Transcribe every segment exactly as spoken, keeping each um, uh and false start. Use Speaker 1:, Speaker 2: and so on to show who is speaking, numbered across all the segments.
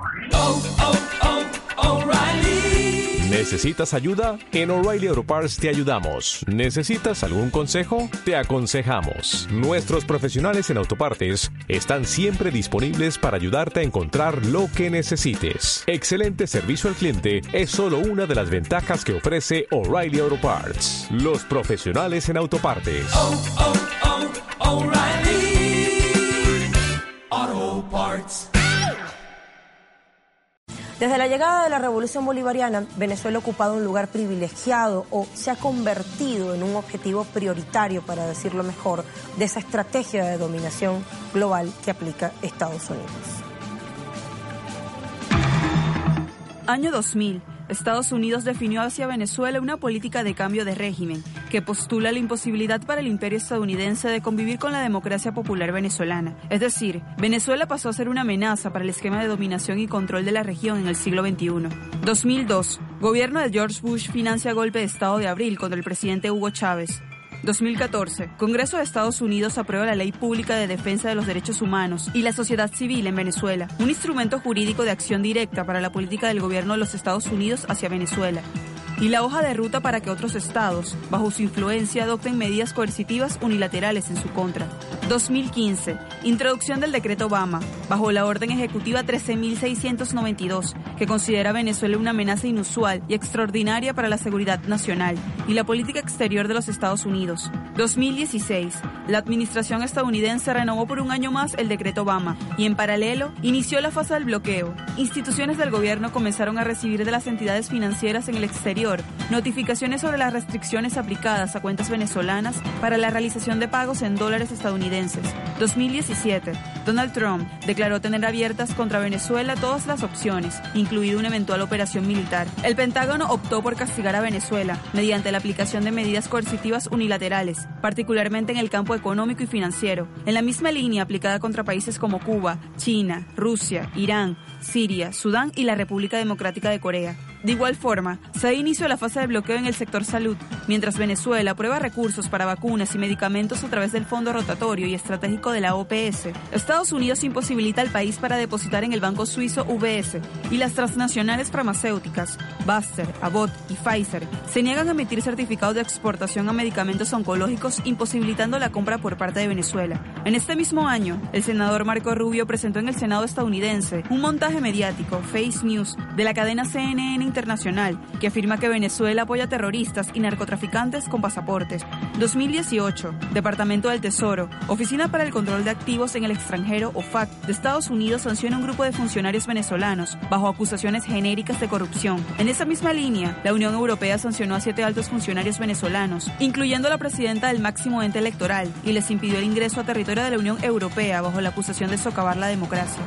Speaker 1: Oh, oh, oh, O'Reilly.
Speaker 2: ¿Necesitas ayuda? En O'Reilly Auto Parts te ayudamos. ¿Necesitas algún consejo? Te aconsejamos. Nuestros profesionales en autopartes están siempre disponibles para ayudarte a encontrar lo que necesites. Excelente servicio al cliente es solo una de las ventajas que ofrece O'Reilly Auto Parts. Los profesionales en autopartes.
Speaker 1: Oh, oh, oh, O'Reilly Auto Parts.
Speaker 3: Desde la llegada de la Revolución Bolivariana, Venezuela ha ocupado un lugar privilegiado o se ha convertido en un objetivo prioritario, para decirlo mejor, de esa estrategia de dominación global que aplica Estados Unidos.
Speaker 4: Año dos mil. Estados Unidos definió hacia Venezuela una política de cambio de régimen que postula la imposibilidad para el imperio estadounidense de convivir con la democracia popular venezolana. Es decir, Venezuela pasó a ser una amenaza para el esquema de dominación y control de la región en el siglo veintiuno. dos mil dos. Gobierno de George Bush financia golpe de Estado de abril contra el presidente Hugo Chávez. dos mil catorce. Congreso de Estados Unidos aprueba la Ley Pública de Defensa de los Derechos Humanos y la Sociedad Civil en Venezuela, un instrumento jurídico de acción directa para la política del gobierno de los Estados Unidos hacia Venezuela, y la hoja de ruta para que otros estados, bajo su influencia, adopten medidas coercitivas unilaterales en su contra. dos mil quince. Introducción del Decreto Obama, bajo la Orden Ejecutiva trece mil seiscientos noventa y dos, que considera a Venezuela una amenaza inusual y extraordinaria para la seguridad nacional y la política exterior de los Estados Unidos. dos mil dieciséis. La administración estadounidense renovó por un año más el Decreto Obama y, en paralelo, inició la fase del bloqueo. Instituciones del gobierno comenzaron a recibir de las entidades financieras en el exterior notificaciones sobre las restricciones aplicadas a cuentas venezolanas para la realización de pagos en dólares estadounidenses. dos mil diecisiete. Donald Trump declaró tener abiertas contra Venezuela todas las opciones, incluida una eventual operación militar. El Pentágono optó por castigar a Venezuela mediante la aplicación de medidas coercitivas unilaterales, particularmente en el campo económico y financiero, en la misma línea aplicada contra países como Cuba, China, Rusia, Irán, Siria, Sudán y la República Democrática de Corea. De igual forma, se inició la fase de bloqueo en el sector salud, mientras Venezuela aprueba recursos para vacunas y medicamentos a través del Fondo Rotatorio y Estratégico de la O P S. Estados Unidos imposibilita al país para depositar en el banco suizo U B S, y las transnacionales farmacéuticas, Baster, Abbott y Pfizer, se niegan a emitir certificados de exportación a medicamentos oncológicos, imposibilitando la compra por parte de Venezuela. En este mismo año, el senador Marco Rubio presentó en el Senado estadounidense un montaje mediático, Face News, de la cadena C N N Internacional, que afirma que Venezuela apoya a terroristas y narcotraficantes con pasaportes. dos mil dieciocho. Departamento del Tesoro, Oficina para el Control de Activos en el Extranjero, O F A C, de Estados Unidos sanciona un grupo de funcionarios venezolanos bajo acusaciones genéricas de corrupción. En esa misma línea, la Unión Europea sancionó a siete altos funcionarios venezolanos, incluyendo a la presidenta del máximo ente electoral, y les impidió el ingreso a territorio de la Unión Europea bajo la acusación de socavar la democracia.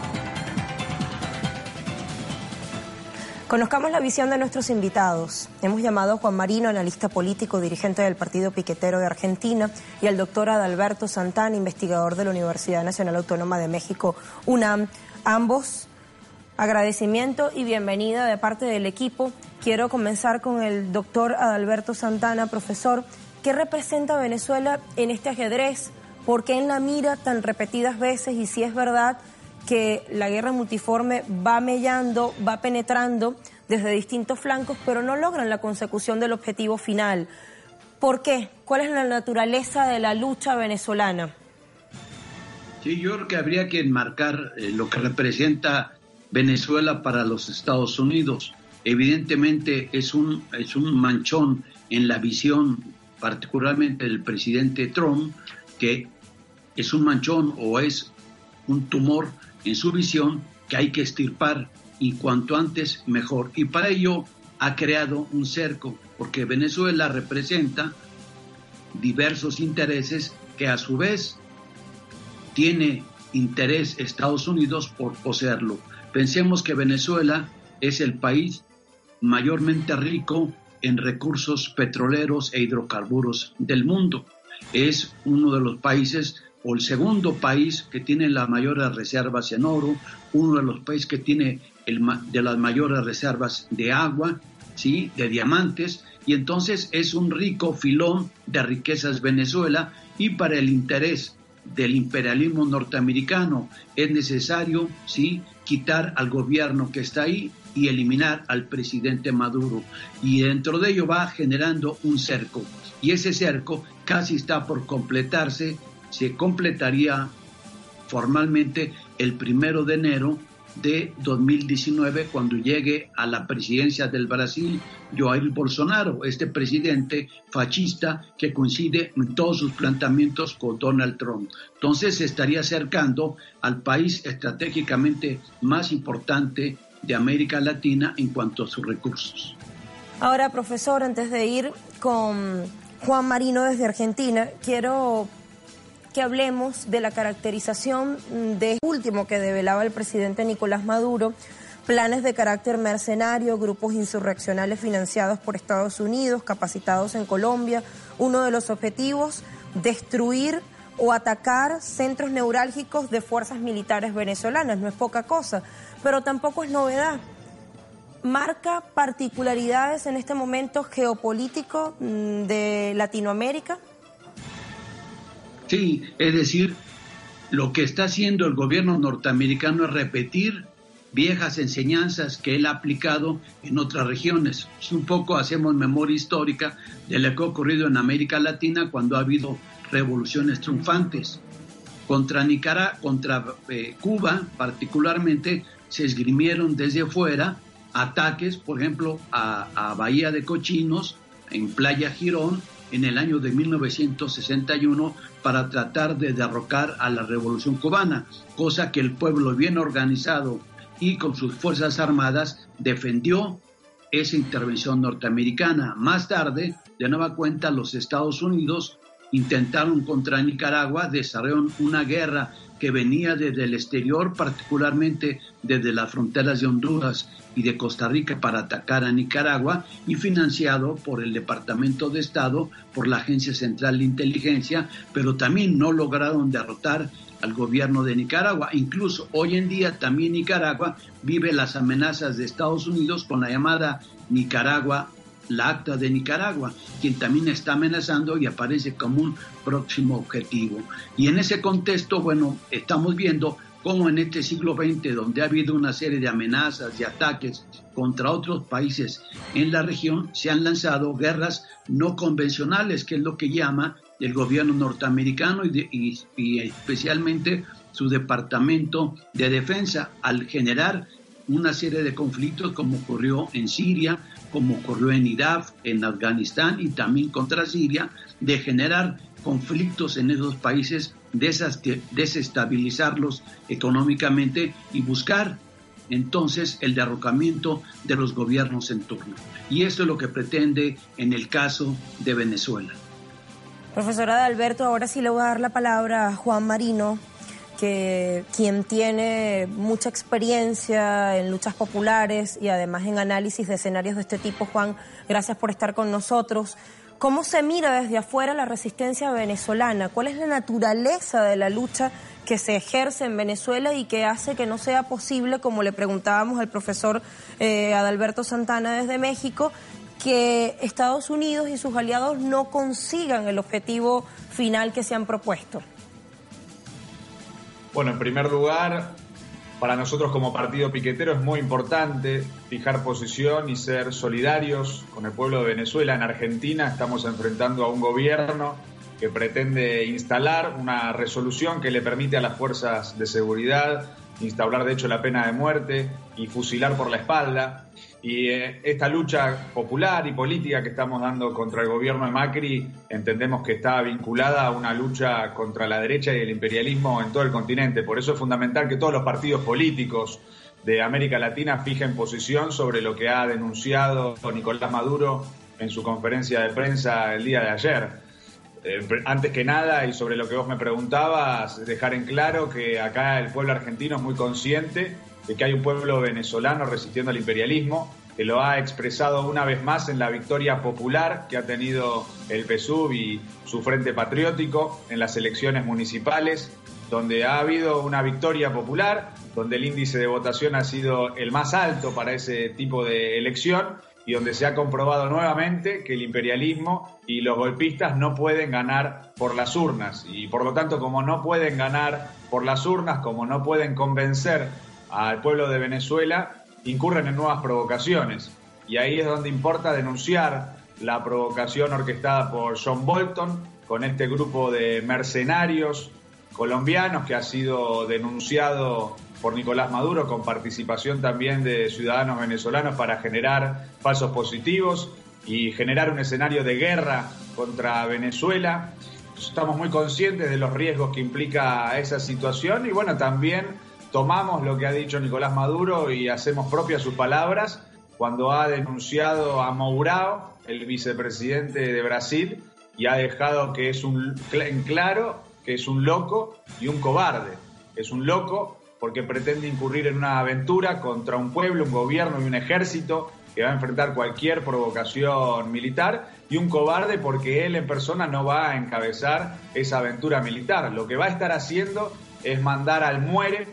Speaker 3: Conozcamos la visión de nuestros invitados. Hemos llamado a Juan Marino, analista político, dirigente del Partido Piquetero de Argentina, y al doctor Adalberto Santana, investigador de la Universidad Nacional Autónoma de México, UNAM. Ambos, agradecimiento y bienvenida de parte del equipo. Quiero comenzar con el doctor Adalberto Santana. Profesor, ¿qué representa Venezuela en este ajedrez? ¿Por qué en la mira tan repetidas veces? Y si es verdad que la guerra multiforme va mellando, va penetrando desde distintos flancos, pero no logran la consecución del objetivo final. ¿Por qué? ¿Cuál es la naturaleza de la lucha venezolana?
Speaker 5: Sí, yo creo que habría que enmarcar eh, lo que representa Venezuela para los Estados Unidos. Evidentemente es un, es un manchón en la visión, particularmente del presidente Trump, que es un manchón o es un tumor en su visión que hay que extirpar y cuanto antes mejor. Y para ello ha creado un cerco, porque Venezuela representa diversos intereses que a su vez tiene interés Estados Unidos por poseerlo. Pensemos que Venezuela es el país mayormente rico en recursos petroleros e hidrocarburos del mundo. Es uno de los países o el segundo país que tiene las mayores reservas en oro, uno de los países que tiene el, de las mayores reservas de agua, ¿sí?, de diamantes, y entonces es un rico filón de riquezas Venezuela, y para el interés del imperialismo norteamericano. Es necesario, sí, quitar al gobierno que está ahí y eliminar al presidente Maduro. Y dentro de ello va generando un cerco. Y ese cerco casi está por completarse. Se completaría formalmente el primero de enero de dos mil diecinueve, cuando llegue a la presidencia del Brasil Jair Bolsonaro, este presidente fascista que coincide en todos sus planteamientos con Donald Trump. Entonces se estaría acercando al país estratégicamente más importante de América Latina en cuanto a sus recursos.
Speaker 3: Ahora, profesor, antes de ir con Juan Marino desde Argentina, quiero que hablemos de la caracterización de último que develaba el presidente Nicolás Maduro, planes de carácter mercenario, grupos insurreccionales financiados por Estados Unidos, capacitados en Colombia. Uno de los objetivos, destruir o atacar centros neurálgicos de fuerzas militares venezolanas. No es poca cosa, pero tampoco es novedad. ¿Marca particularidades en este momento geopolítico de Latinoamérica?
Speaker 5: Sí, es decir, lo que está haciendo el gobierno norteamericano es repetir viejas enseñanzas que él ha aplicado en otras regiones. Un poco hacemos memoria histórica de lo que ha ocurrido en América Latina cuando ha habido revoluciones triunfantes. Contra Nicaragua, contra eh, Cuba particularmente, se esgrimieron desde fuera ataques, por ejemplo, a, a Bahía de Cochinos, en Playa Girón, en el año de mil novecientos sesenta y uno, para tratar de derrocar a la Revolución Cubana, cosa que el pueblo bien organizado y con sus fuerzas armadas defendió esa intervención norteamericana. Más tarde, de nueva cuenta, los Estados Unidos intentaron contra Nicaragua, desarrollaron una guerra que venía desde el exterior, particularmente desde las fronteras de Honduras y de Costa Rica, para atacar a Nicaragua, y financiado por el Departamento de Estado, por la Agencia Central de Inteligencia, pero también no lograron derrotar al gobierno de Nicaragua. Incluso hoy en día también Nicaragua vive las amenazas de Estados Unidos con la llamada Nicaragua, la Acta de Nicaragua, quien también está amenazando y aparece como un próximo objetivo. Y en ese contexto, bueno, estamos viendo cómo en este siglo veinte, donde ha habido una serie de amenazas y ataques contra otros países en la región, se han lanzado guerras no convencionales, que es lo que llama el gobierno norteamericano y, de, y, y especialmente su Departamento de Defensa, al generar una serie de conflictos como ocurrió en Siria, como ocurrió en Irak, en Afganistán y también contra Siria, de generar conflictos en esos países, desestabilizarlos económicamente y buscar entonces el derrocamiento de los gobiernos en turno. Y esto es lo que pretende en el caso de Venezuela.
Speaker 3: Profesora Adalberto, ahora sí le voy a dar la palabra a Juan Marino, que quien tiene mucha experiencia en luchas populares y además en análisis de escenarios de este tipo. Juan, gracias por estar con nosotros. ¿Cómo se mira desde afuera la resistencia venezolana? ¿Cuál es la naturaleza de la lucha que se ejerce en Venezuela y que hace que no sea posible, como le preguntábamos al profesor eh, Adalberto Santana desde México, que Estados Unidos y sus aliados no consigan el objetivo final que se han propuesto?
Speaker 6: Bueno, en primer lugar, para nosotros como partido piquetero es muy importante fijar posición y ser solidarios con el pueblo de Venezuela. En Argentina estamos enfrentando a un gobierno que pretende instalar una resolución que le permite a las fuerzas de seguridad instaurar de hecho la pena de muerte y fusilar por la espalda. Y eh, esta lucha popular y política que estamos dando contra el gobierno de Macri entendemos que está vinculada a una lucha contra la derecha y el imperialismo en todo el continente. Por eso es fundamental que todos los partidos políticos de América Latina fijen posición sobre lo que ha denunciado Nicolás Maduro en su conferencia de prensa el día de ayer. Eh, antes que nada, y sobre lo que vos me preguntabas, dejar en claro que acá el pueblo argentino es muy consciente de que hay un pueblo venezolano resistiendo al imperialismo, que lo ha expresado una vez más en la victoria popular que ha tenido el P S U V y su Frente Patriótico en las elecciones municipales, donde ha habido una victoria popular, donde el índice de votación ha sido el más alto para ese tipo de elección y donde se ha comprobado nuevamente que el imperialismo y los golpistas no pueden ganar por las urnas. Y por lo tanto, como no pueden ganar por las urnas, como no pueden convencer al pueblo de Venezuela, incurren en nuevas provocaciones. Y ahí es donde importa denunciar la provocación orquestada por John Bolton con este grupo de mercenarios colombianos que ha sido denunciado por Nicolás Maduro, con participación también de ciudadanos venezolanos para generar falsos positivos y generar un escenario de guerra contra Venezuela. Estamos muy conscientes de los riesgos que implica esa situación y bueno, también tomamos lo que ha dicho Nicolás Maduro y hacemos propias sus palabras cuando ha denunciado a Mourão, el vicepresidente de Brasil, y ha dejado que es un, en claro que es un loco y un cobarde. Es un loco porque pretende incurrir en una aventura contra un pueblo, un gobierno y un ejército que va a enfrentar cualquier provocación militar, y un cobarde porque él en persona no va a encabezar esa aventura militar. Lo que va a estar haciendo es mandar al muere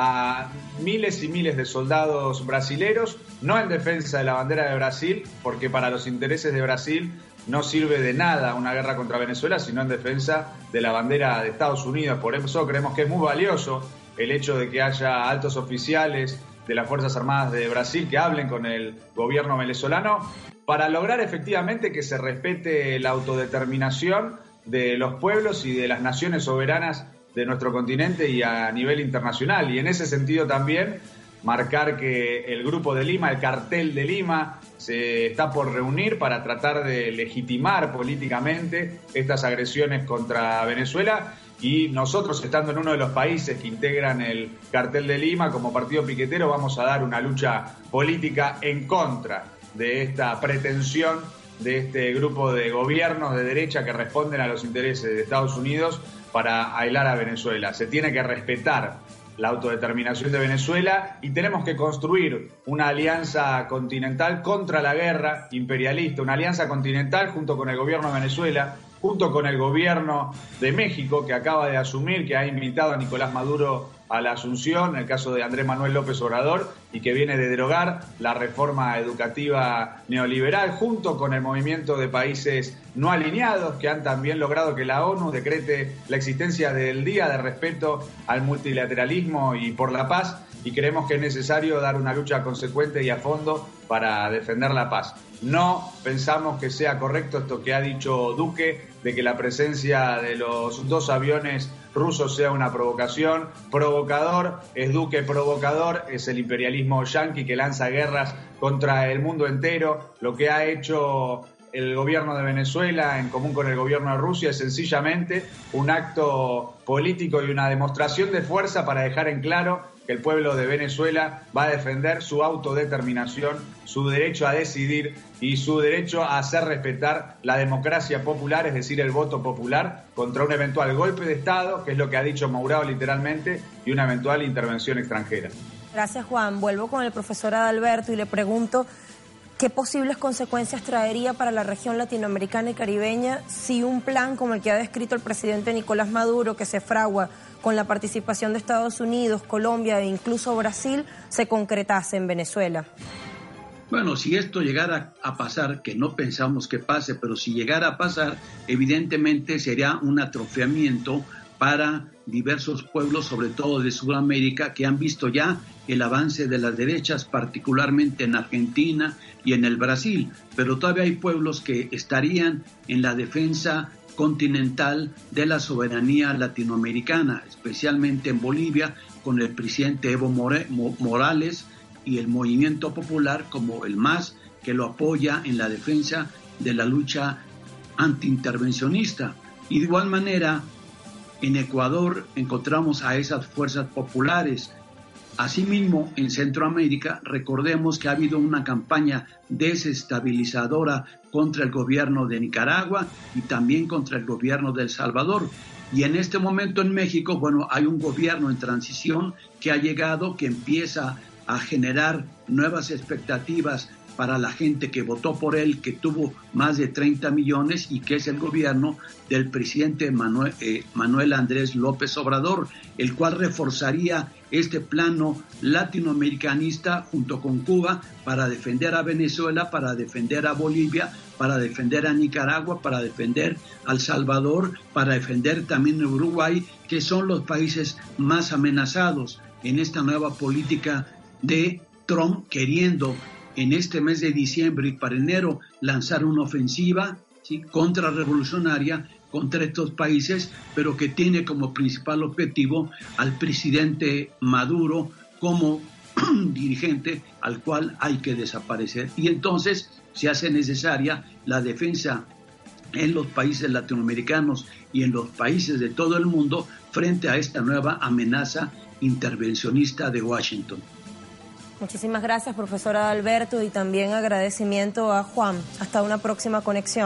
Speaker 6: a miles y miles de soldados brasileros, no en defensa de la bandera de Brasil, porque para los intereses de Brasil no sirve de nada una guerra contra Venezuela, sino en defensa de la bandera de Estados Unidos. Por eso creemos que es muy valioso el hecho de que haya altos oficiales de las Fuerzas Armadas de Brasil que hablen con el gobierno venezolano para lograr efectivamente que se respete la autodeterminación de los pueblos y de las naciones soberanas de nuestro continente y a nivel internacional. Y en ese sentido también marcar que el Grupo de Lima, el Cartel de Lima, se está por reunir para tratar de legitimar políticamente estas agresiones contra Venezuela, y nosotros, estando en uno de los países que integran el Cartel de Lima como partido piquetero, vamos a dar una lucha política en contra de esta pretensión de este grupo de gobiernos de derecha que responden a los intereses de Estados Unidos para aislar a Venezuela. Se tiene que respetar la autodeterminación de Venezuela y tenemos que construir una alianza continental contra la guerra imperialista, una alianza continental junto con el gobierno de Venezuela, junto con el gobierno de México, que acaba de asumir, que ha invitado a Nicolás Maduro a la asunción, en el caso de Andrés Manuel López Obrador, y que viene de derogar la reforma educativa neoliberal, junto con el movimiento de países no alineados, que han también logrado que la ONU decrete la existencia del Día de Respeto al Multilateralismo y por la Paz, y creemos que es necesario dar una lucha consecuente y a fondo para defender la paz. No pensamos que sea correcto esto que ha dicho Duque, de que la presencia de los dos aviones rusos sea una provocación. Provocador es Duque, provocador es el imperialismo yanqui que lanza guerras contra el mundo entero. Lo que ha hecho el gobierno de Venezuela en común con el gobierno de Rusia es sencillamente un acto político y una demostración de fuerza para dejar en claro que el pueblo de Venezuela va a defender su autodeterminación, su derecho a decidir y su derecho a hacer respetar la democracia popular, es decir, el voto popular, contra un eventual golpe de Estado, que es lo que ha dicho Mourão literalmente, y una eventual intervención extranjera.
Speaker 3: Gracias, Juan. Vuelvo con el profesor Adalberto y le pregunto qué posibles consecuencias traería para la región latinoamericana y caribeña si un plan como el que ha descrito el presidente Nicolás Maduro, que se fragua con la participación de Estados Unidos, Colombia e incluso Brasil, se concretase en Venezuela.
Speaker 5: Bueno, si esto llegara a pasar, que no pensamos que pase, pero si llegara a pasar, evidentemente sería un atrofiamiento para diversos pueblos, sobre todo de Sudamérica, que han visto ya el avance de las derechas, particularmente en Argentina y en el Brasil, pero todavía hay pueblos que estarían en la defensa continental de la soberanía latinoamericana, especialmente en Bolivia, con el presidente Evo Morales y el movimiento popular como el MAS, que lo apoya en la defensa de la lucha antiintervencionista. Y de igual manera, en Ecuador encontramos a esas fuerzas populares. Asimismo, en Centroamérica, recordemos que ha habido una campaña desestabilizadora contra el gobierno de Nicaragua y también contra el gobierno de El Salvador. Y en este momento en México, bueno, hay un gobierno en transición que ha llegado, que empieza a generar nuevas expectativas para la gente que votó por él, que tuvo más de treinta millones y que es el gobierno del presidente Manuel, eh, Manuel Andrés López Obrador, el cual reforzaría este plano latinoamericanista junto con Cuba para defender a Venezuela, para defender a Bolivia, para defender a Nicaragua, para defender a El Salvador, para defender también a Uruguay, que son los países más amenazados en esta nueva política de Trump, queriendo en este mes de diciembre y para enero lanzar una ofensiva, ¿sí?, contrarrevolucionaria contra estos países, pero que tiene como principal objetivo al presidente Maduro como dirigente al cual hay que desaparecer. Y entonces se hace necesaria la defensa en los países latinoamericanos y en los países de todo el mundo frente a esta nueva amenaza intervencionista de Washington.
Speaker 3: Muchísimas gracias, profesor Adalberto, y también agradecimiento a Juan. Hasta una próxima conexión.